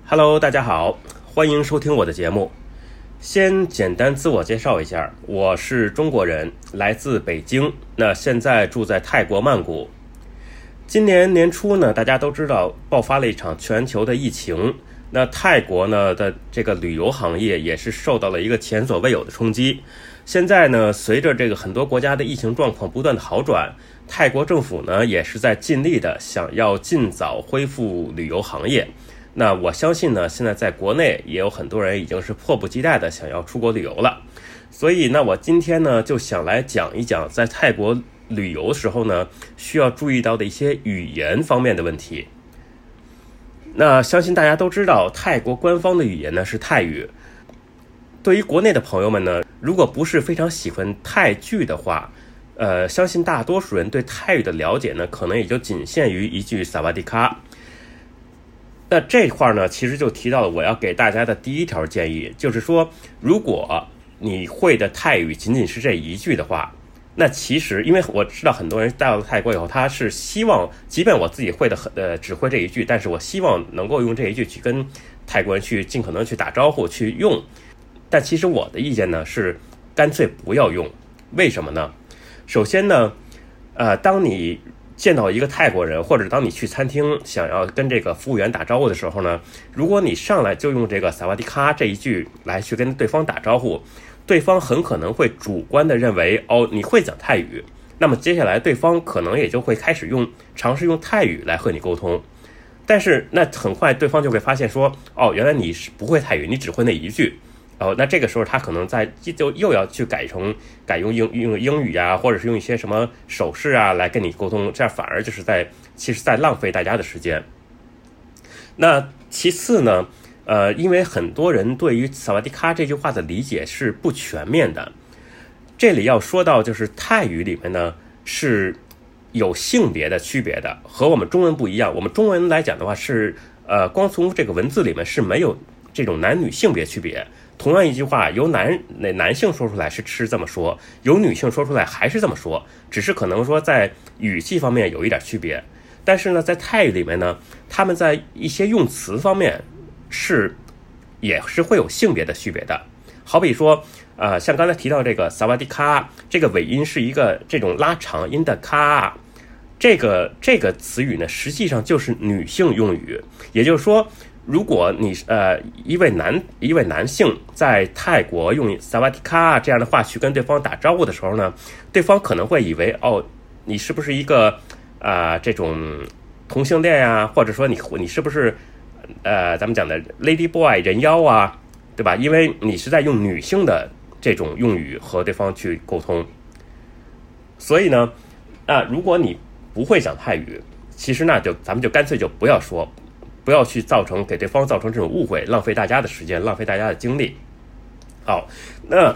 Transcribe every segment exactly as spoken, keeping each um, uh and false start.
Hello， 大家好，欢迎收听我的节目。先简单自我介绍一下，我是中国人，来自北京，那现在住在泰国曼谷。今年年初呢，大家都知道爆发了一场全球的疫情，那泰国呢的这个旅游行业也是受到了一个前所未有的冲击。现在呢，随着这个很多国家的疫情状况不断的好转，泰国政府呢也是在尽力的想要尽早恢复旅游行业。那我相信呢，现在在国内也有很多人已经是迫不及待的想要出国旅游了。所以呢，我今天呢就想来讲一讲在泰国旅游的时候呢需要注意到的一些语言方面的问题。那相信大家都知道，泰国官方的语言呢是泰语。对于国内的朋友们呢，如果不是非常喜欢泰剧的话，呃，相信大多数人对泰语的了解呢，可能也就仅限于一句萨瓦迪卡。那这块呢，其实就提到了我要给大家的第一条建议，就是说，如果你会的泰语仅仅是这一句的话，那其实因为我知道很多人到了泰国以后，他是希望，即便我自己会的很呃只会这一句，但是我希望能够用这一句去跟泰国人去尽可能去打招呼去用。但其实我的意见呢是，干脆不要用。为什么呢？首先呢，呃，当你见到一个泰国人，或者当你去餐厅想要跟这个服务员打招呼的时候呢，如果你上来就用这个萨瓦迪卡这一句来去跟对方打招呼，对方很可能会主观的认为，哦，你会讲泰语，那么接下来对方可能也就会开始用尝试用泰语来和你沟通。但是那很快对方就会发现说，哦，原来你是不会泰语，你只会那一句。哦，那这个时候他可能在就又要去改成改用英用英语啊，或者是用一些什么手势啊来跟你沟通，这样反而就是在其实在浪费大家的时间。那其次呢，呃，因为很多人对于萨瓦迪卡这句话的理解是不全面的。这里要说到就是泰语里面呢是有性别的区别的，和我们中文不一样。我们中文来讲的话是呃，光从这个文字里面是没有这种男女性别区别。同样一句话，由男男性说出来是是这么说，由女性说出来还是这么说，只是可能说在语气方面有一点区别。但是呢，在泰语里面呢，他们在一些用词方面是也是会有性别的区别的。好比说，呃，像刚才提到这个萨瓦迪卡，这个尾音是一个这种拉长音的卡，这个这个词语呢，实际上就是女性用语，也就是说，如果你呃一位男一位男性在泰国用萨瓦迪卡这样的话去跟对方打招呼的时候呢，对方可能会以为，哦，你是不是一个啊、呃、这种同性恋啊，或者说你你是不是呃咱们讲的 lady boy 人妖啊，对吧？因为你是在用女性的这种用语和对方去沟通。所以呢，啊、呃、如果你不会讲泰语，其实那就咱们就干脆就不要说。不要去造成给对方造成这种误会，浪费大家的时间，浪费大家的精力。好，那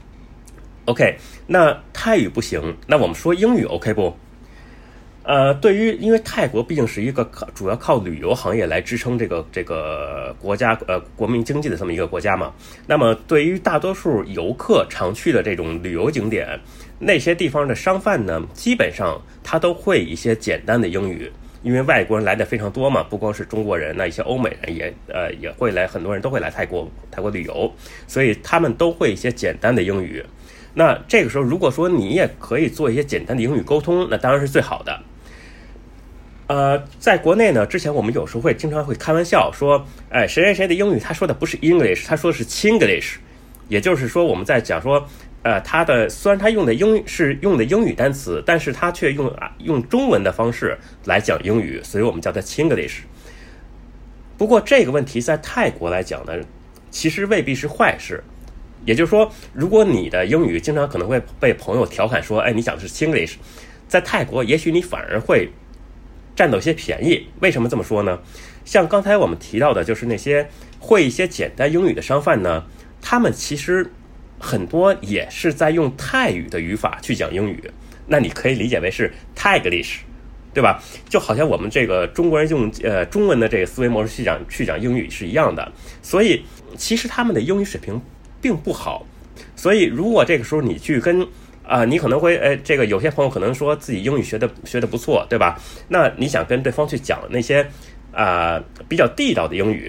OK， 那泰语不行，那我们说英语 OK 不？呃，对于因为泰国毕竟是一个主要靠旅游行业来支撑这个这个国家呃国民经济的这么一个国家嘛，那么对于大多数游客常去的这种旅游景点，那些地方的商贩呢，基本上他都会一些简单的英语。因为外国人来的非常多嘛，不光是中国人，那一些欧美人也呃也会来，很多人都会来泰国泰国旅游，所以他们都会一些简单的英语。那这个时候，如果说你也可以做一些简单的英语沟通，那当然是最好的。呃，在国内呢，之前我们有时候会经常会开玩笑说，哎，谁谁谁的英语他说的不是 English， 他说的是 Chinglish， 也就是说我们在讲说。呃，他的虽然他用的英语是用的英语单词，但是他却用用中文的方式来讲英语，所以我们叫它 Chinglish。不过这个问题在泰国来讲呢，其实未必是坏事。也就是说，如果你的英语经常可能会被朋友调侃说，哎，你讲的是 Chinglish， 在泰国也许你反而会占到一些便宜。为什么这么说呢？像刚才我们提到的，就是那些会一些简单英语的商贩呢，他们其实很多也是在用泰语的语法去讲英语，那你可以理解为是 Taglish， 对吧？就好像我们这个中国人用呃中文的这个思维模式去讲去讲英语是一样的，所以其实他们的英语水平并不好。所以如果这个时候你去跟啊、呃，你可能会呃，这个有些朋友可能说自己英语学的学的不错，对吧？那你想跟对方去讲那些啊、呃、比较地道的英语，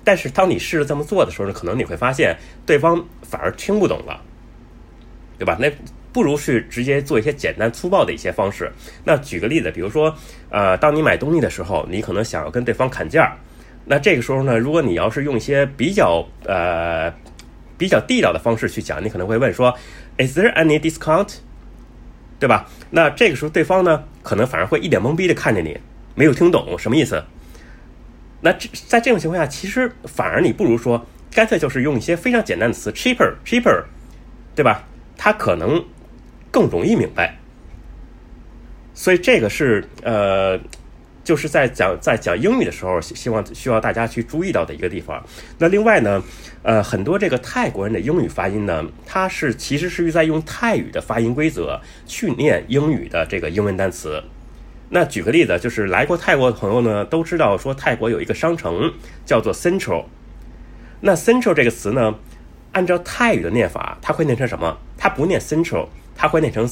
但是当你试着这么做的时候呢，可能你会发现对方反而听不懂了，对吧？那不如去直接做一些简单粗暴的一些方式。那举个例子，比如说呃，当你买东西的时候，你可能想要跟对方砍价，那这个时候呢，如果你要是用一些比较呃比较地道的方式去讲，你可能会问说 Is there any discount？ 对吧？那这个时候对方呢，可能反而会一脸懵逼的看着你，没有听懂什么意思。那在这种情况下，其实反而你不如说干脆就是用一些非常简单的词 cheaper cheaper， 对吧？他可能更容易明白。所以这个是呃就是在讲在讲英语的时候，希望需要大家去注意到的一个地方。那另外呢，呃，很多这个泰国人的英语发音呢，它是其实是在用泰语的发音规则去念英语的这个英文单词。那举个例子，就是来过泰国的朋友呢，都知道说泰国有一个商城叫做 Central。那 Central 这个词呢，按照泰语的念法，它会念成什么？它不念 Central， 它会念成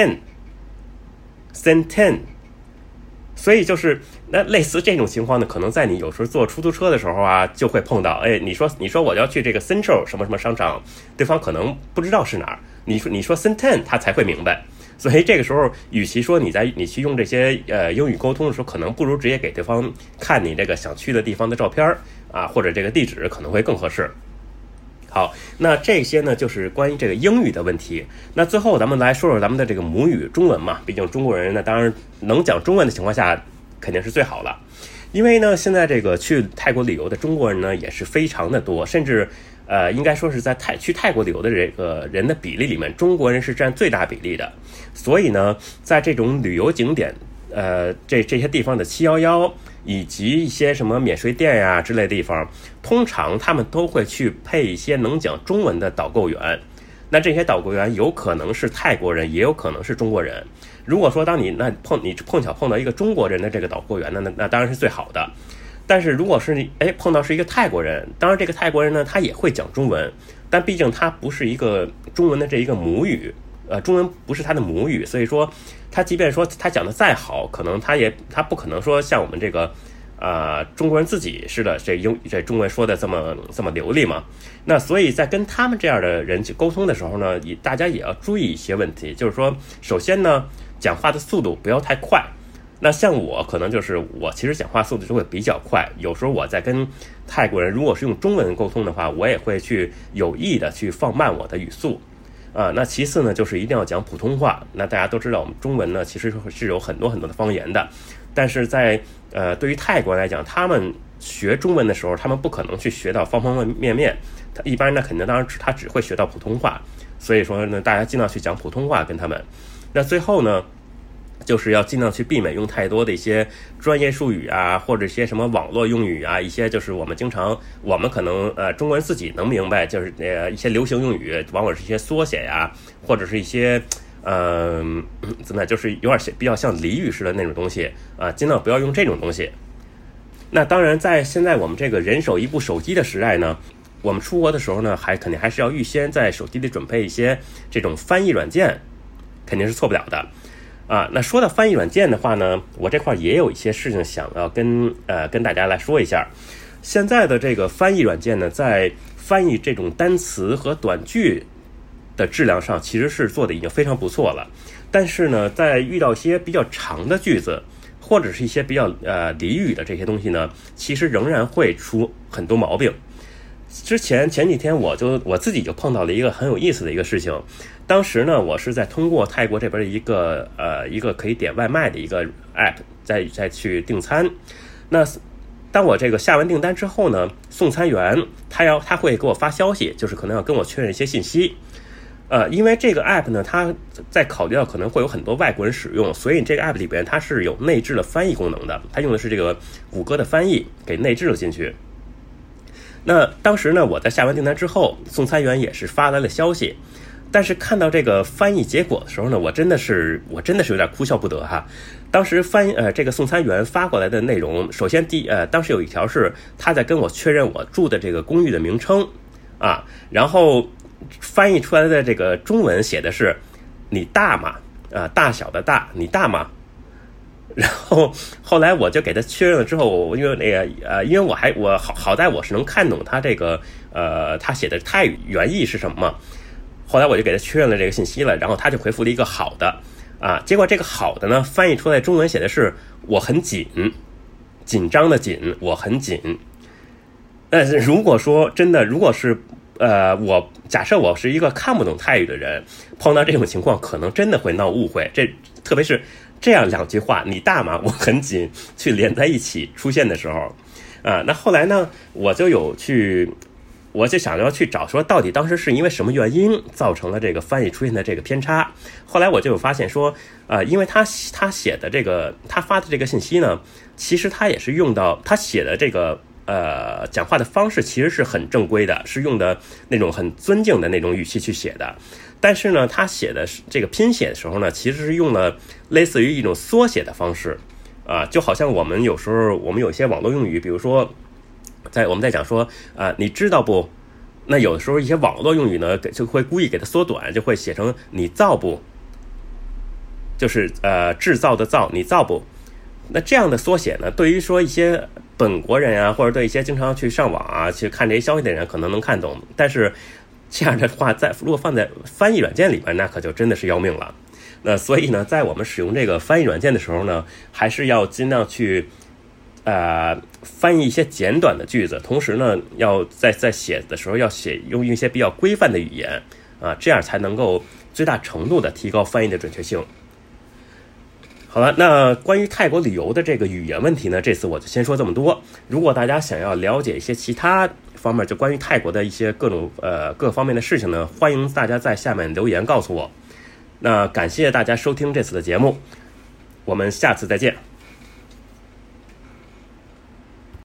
Centen。Centen。所以就是那类似这种情况呢，可能在你有时候坐出租车的时候啊，就会碰到。哎，你说你说我要去这个 Central 什么什么商场，对方可能不知道是哪儿。你说你说 Centen， 他才会明白。所以这个时候，与其说你在你去用这些呃英语沟通的时候，可能不如直接给对方看你这个想去的地方的照片啊，或者这个地址可能会更合适。好，那这些呢就是关于这个英语的问题。那最后咱们来说说咱们的这个母语中文嘛，毕竟中国人呢，当然能讲中文的情况下肯定是最好了。因为呢，现在这个去泰国旅游的中国人呢也是非常的多，甚至呃应该说是在泰去泰国旅游的这个人的比例里面，中国人是占最大比例的。所以呢，在这种旅游景点呃这这些地方的七一一以及一些什么免税店呀、啊、之类的地方，通常他们都会去配一些能讲中文的导购员。那这些导购员有可能是泰国人，也有可能是中国人。如果说当你那碰你碰巧碰到一个中国人的这个导购员呢，那那当然是最好的。但是如果是你哎碰到是一个泰国人，当然这个泰国人呢他也会讲中文，但毕竟他不是一个中文的这一个母语。呃，中文不是他的母语，所以说他即便说他讲的再好，可能他也他不可能说像我们这个呃中国人自己似的，这英这中文说的这么这么流利嘛。那所以在跟他们这样的人去沟通的时候呢，也大家也要注意一些问题，就是说，首先呢，讲话的速度不要太快。那像我可能就是我其实讲话速度就会比较快，有时候我在跟泰国人如果是用中文沟通的话，我也会去有意的去放慢我的语速。啊，那其次呢，就是一定要讲普通话。那大家都知道，我们中文呢其实是有很多很多的方言的，但是在呃对于泰国来讲，他们学中文的时候，他们不可能去学到方方面面。他一般呢，肯定当然他只会学到普通话，所以说呢，大家尽量去讲普通话跟他们。那最后呢，就是要尽量去避免用太多的一些专业术语啊，或者一些什么网络用语啊，一些就是我们经常我们可能呃中国人自己能明白，就是呃一些流行用语，往往是一些缩写呀、啊，或者是一些嗯、呃、怎么样，就是有点比较像俚语似的那种东西啊，尽量不要用这种东西。那当然，在现在我们这个人手一部手机的时代呢，我们出国的时候呢，还肯定还是要预先在手机里准备一些这种翻译软件，肯定是错不了的。啊，那说到翻译软件的话呢，我这块也有一些事情想要跟呃跟大家来说一下。现在的这个翻译软件呢，在翻译这种单词和短句的质量上，其实是做的已经非常不错了。但是呢，在遇到一些比较长的句子，或者是一些比较呃俚语的这些东西呢，其实仍然会出很多毛病。之前前几天我就我自己就碰到了一个很有意思的一个事情。当时呢，我是在通过泰国这边的一个呃一个可以点外卖的一个 app 再再去订餐。那当我这个下完订单之后呢，送餐员他要他会给我发消息，就是可能要跟我确认一些信息。呃，因为这个 app 呢，它在考虑到可能会有很多外国人使用，所以这个 app 里边它是有内置的翻译功能的，它用的是这个谷歌的翻译给内置了进去。那当时呢，我在下完订单之后，送餐员也是发来了消息，但是看到这个翻译结果的时候呢，我真的是我真的是有点哭笑不得哈。当时翻呃这个送餐员发过来的内容，首先第呃当时有一条是他在跟我确认我住的这个公寓的名称啊，然后翻译出来的这个中文写的是你大吗？啊，大小的大，你大吗？ 然后后来我就给他确认了之后，因为那个呃，因为我还我好好在我是能看懂他这个呃他写的泰语原意是什么嘛。后来我就给他确认了这个信息了，然后他就回复了一个好的啊。结果这个好的呢，翻译出来中文写的是我很紧，紧张的紧，我很紧。但是如果说真的，如果是呃，我假设我是一个看不懂泰语的人，碰到这种情况，可能真的会闹误会。这特别是这样两句话，你大吗？我很紧，去连在一起出现的时候，啊，那后来呢，我就有去，我就想要去找说，到底当时是因为什么原因造成了这个翻译出现的这个偏差。后来我就有发现说，啊、呃，因为他他写的这个，他发的这个信息呢，其实他也是用到他写的这个。呃，讲话的方式其实是很正规的，是用的那种很尊敬的那种语气去写的。但是呢，他写的这个拼写的时候呢，其实是用了类似于一种缩写的方式啊、呃，就好像我们有时候我们有一些网络用语，比如说在我们在讲说啊、呃，你知道不？那有的时候一些网络用语呢，就会故意给它缩短，就会写成你造不？就是呃制造的造，你造不？那这样的缩写呢，对于说一些本国人啊，或者对一些经常去上网啊去看这些消息的人可能能看懂，但是这样的话在如果放在翻译软件里边，那可就真的是要命了。那所以呢，在我们使用这个翻译软件的时候呢，还是要尽量去呃翻译一些简短的句子，同时呢，要在在写的时候要写用一些比较规范的语言啊，这样才能够最大程度的提高翻译的准确性。好了，那关于泰国旅游的这个语言问题呢，这次我就先说这么多。如果大家想要了解一些其他方面，就关于泰国的一些各种呃各方面的事情呢，欢迎大家在下面留言告诉我。那感谢大家收听这次的节目，我们下次再见。